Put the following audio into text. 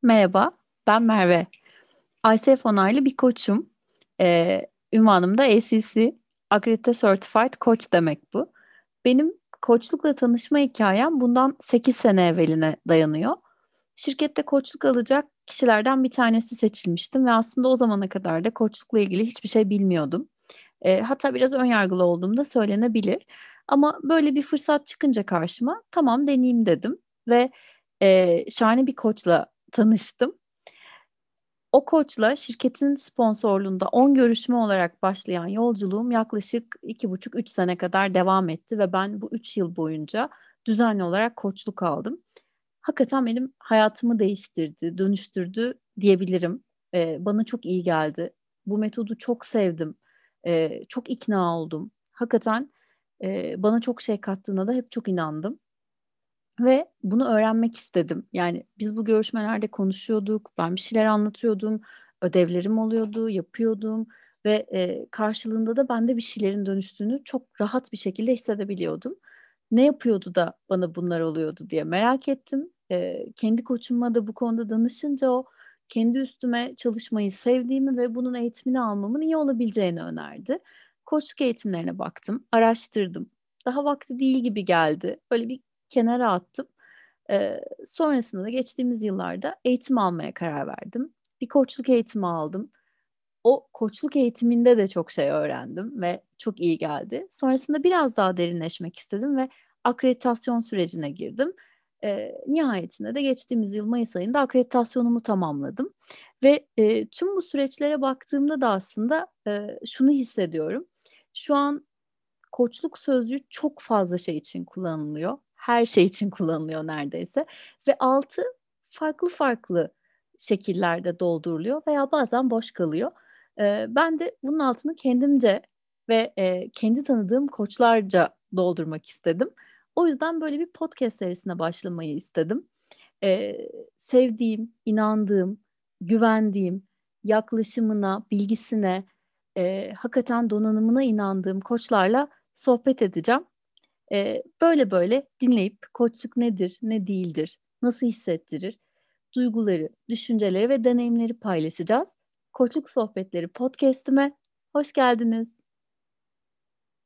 Merhaba, ben Merve. ICF onaylı bir koçum. Ünvanım da ACC, Accredited Certified Coach demek bu. Benim koçlukla tanışma hikayem bundan 8 sene evveline dayanıyor. Şirkette koçluk alacak kişilerden bir tanesi seçilmiştim ve aslında o zamana kadar da koçlukla ilgili hiçbir şey bilmiyordum. Hatta biraz önyargılı olduğum da söylenebilir. Ama böyle bir fırsat çıkınca karşıma tamam deneyeyim dedim ve şahane bir koçla tanıştım. O koçla şirketin sponsorluğunda 10 görüşme olarak başlayan yolculuğum yaklaşık 2,5-3 sene kadar devam etti ve ben bu 3 yıl boyunca düzenli olarak koçluk aldım. Hakikaten benim hayatımı değiştirdi, dönüştürdü diyebilirim. Bana çok iyi geldi. Bu metodu çok sevdim. Çok ikna oldum. Hakikaten bana çok şey kattığına da hep çok inandım. Ve bunu öğrenmek istedim. Yani biz bu görüşmelerde konuşuyorduk, ben bir şeyler anlatıyordum, ödevlerim oluyordu, yapıyordum ve karşılığında da ben de bir şeylerin dönüştüğünü çok rahat bir şekilde hissedebiliyordum. Ne yapıyordu da bana bunlar oluyordu diye merak ettim. Kendi koçuma da bu konuda danışınca o kendi üstüme çalışmayı sevdiğimi ve bunun eğitimini almamın iyi olabileceğini önerdi. Koçluk eğitimlerine baktım, araştırdım. Daha vakti değil gibi geldi. Böyle bir kenara attım. Sonrasında da geçtiğimiz yıllarda eğitim almaya karar verdim. Bir koçluk eğitimi aldım. O koçluk eğitiminde de çok şey öğrendim ve çok iyi geldi. Sonrasında biraz daha derinleşmek istedim ve akreditasyon sürecine girdim. Nihayetinde de geçtiğimiz yıl Mayıs ayında akreditasyonumu tamamladım. Ve tüm bu süreçlere baktığımda da aslında şunu hissediyorum. Şu an koçluk sözcüğü çok fazla şey için kullanılıyor. Her şey için kullanılıyor neredeyse. Ve altı farklı farklı şekillerde dolduruluyor veya bazen boş kalıyor. Ben de bunun altını kendimce ve kendi tanıdığım koçlarca doldurmak istedim. O yüzden böyle bir podcast serisine başlamayı istedim. Sevdiğim, inandığım, güvendiğim, yaklaşımına, bilgisine, hakikaten donanımına inandığım koçlarla sohbet edeceğim. Böyle böyle dinleyip koçluk nedir, ne değildir, nasıl hissettirir, duyguları, düşünceleri ve deneyimleri paylaşacağız. Koçluk Sohbetleri podcast'ime hoş geldiniz.